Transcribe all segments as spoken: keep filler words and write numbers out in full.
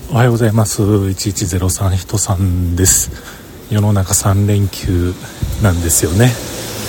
おはようございます。いちいちゼロさん人さんです。世の中さん連休なんですよね。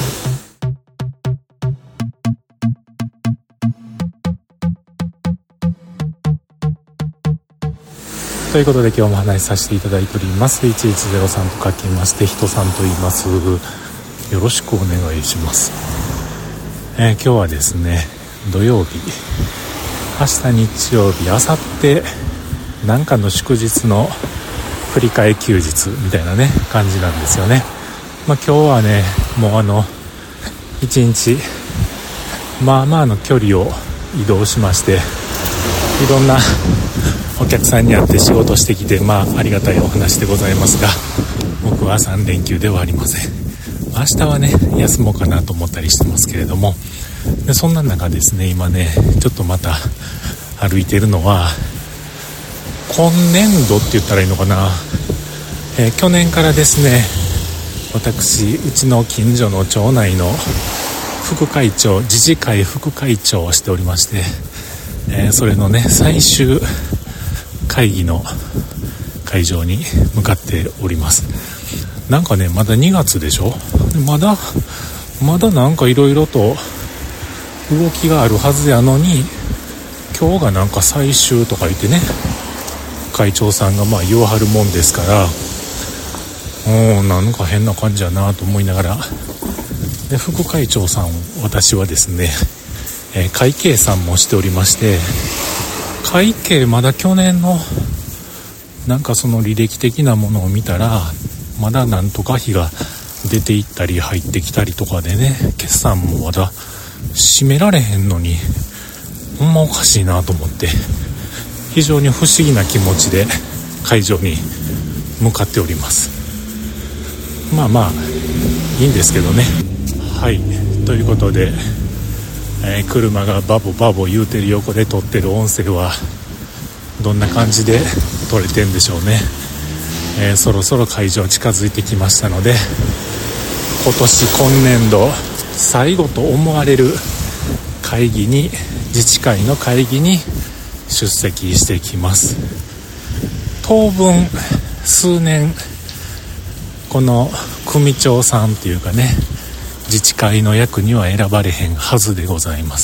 ということで今日も話しさせていただいております。いちいちゼロさんと書きまして人さんと言います。よろしくお願いします。えー、今日はですね、土曜日、明日日曜日、明後日なんかの祝日の振り替え休日みたいなね感じなんですよね。まあ、今日はねもうあの一日まあまあの距離を移動しまして、いろんなお客さんに会って仕事してきて、まあありがたいお話でございますが、僕はさん連休ではありません。明日はね休もうかなと思ったりしてますけれども、でそんな中ですね、今ねちょっとまた歩いてるのは今年度って言ったらいいのかな、えー、去年からですね、私うちの近所の町内の副会長、自治会副会長をしておりまして、えー、それのね最終会議の会場に向かっております。なんかねまだにがつでしょ、まだまだなんかいろいろと動きがあるはずやのに、今日がなんか最終とか言ってね会長さんがまあ言わはるもんですから、おーなんか変な感じやなと思いながら、で副会長さん私はですね、えー、会計さんもしておりまして、会計まだ去年のなんかその履歴的なものを見たらまだなんとか費が出ていったり入ってきたりとかでね、決算もまだ締められへんのにほんまおかしいなと思って、非常に不思議な気持ちで会場に向かっております。まあまあいいんですけどね。はい、ということで、えー、車がバボバボ言うてる横で撮ってる音声はどんな感じで撮れてんでしょうね。えー、そろそろ会場近づいてきましたので、今年今年度最後と思われる会議に、自治会の会議に出席してきます。当分数年この組長さんっていうかね、自治会の役には選ばれへんはずでございます。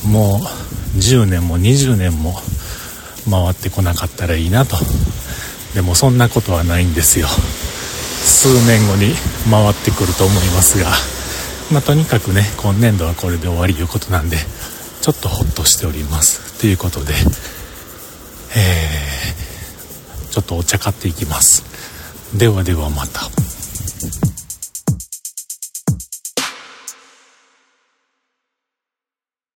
もうじゅうねんもにじゅうねんも回ってこなかったらいいなと。でもそんなことはないんですよ。数年後に回ってくると思いますが、まあとにかくね今年度はこれで終わりということなんで、ちょっとホッとしておりますということで、えー、ちょっとお茶買っていきます。ではではまた。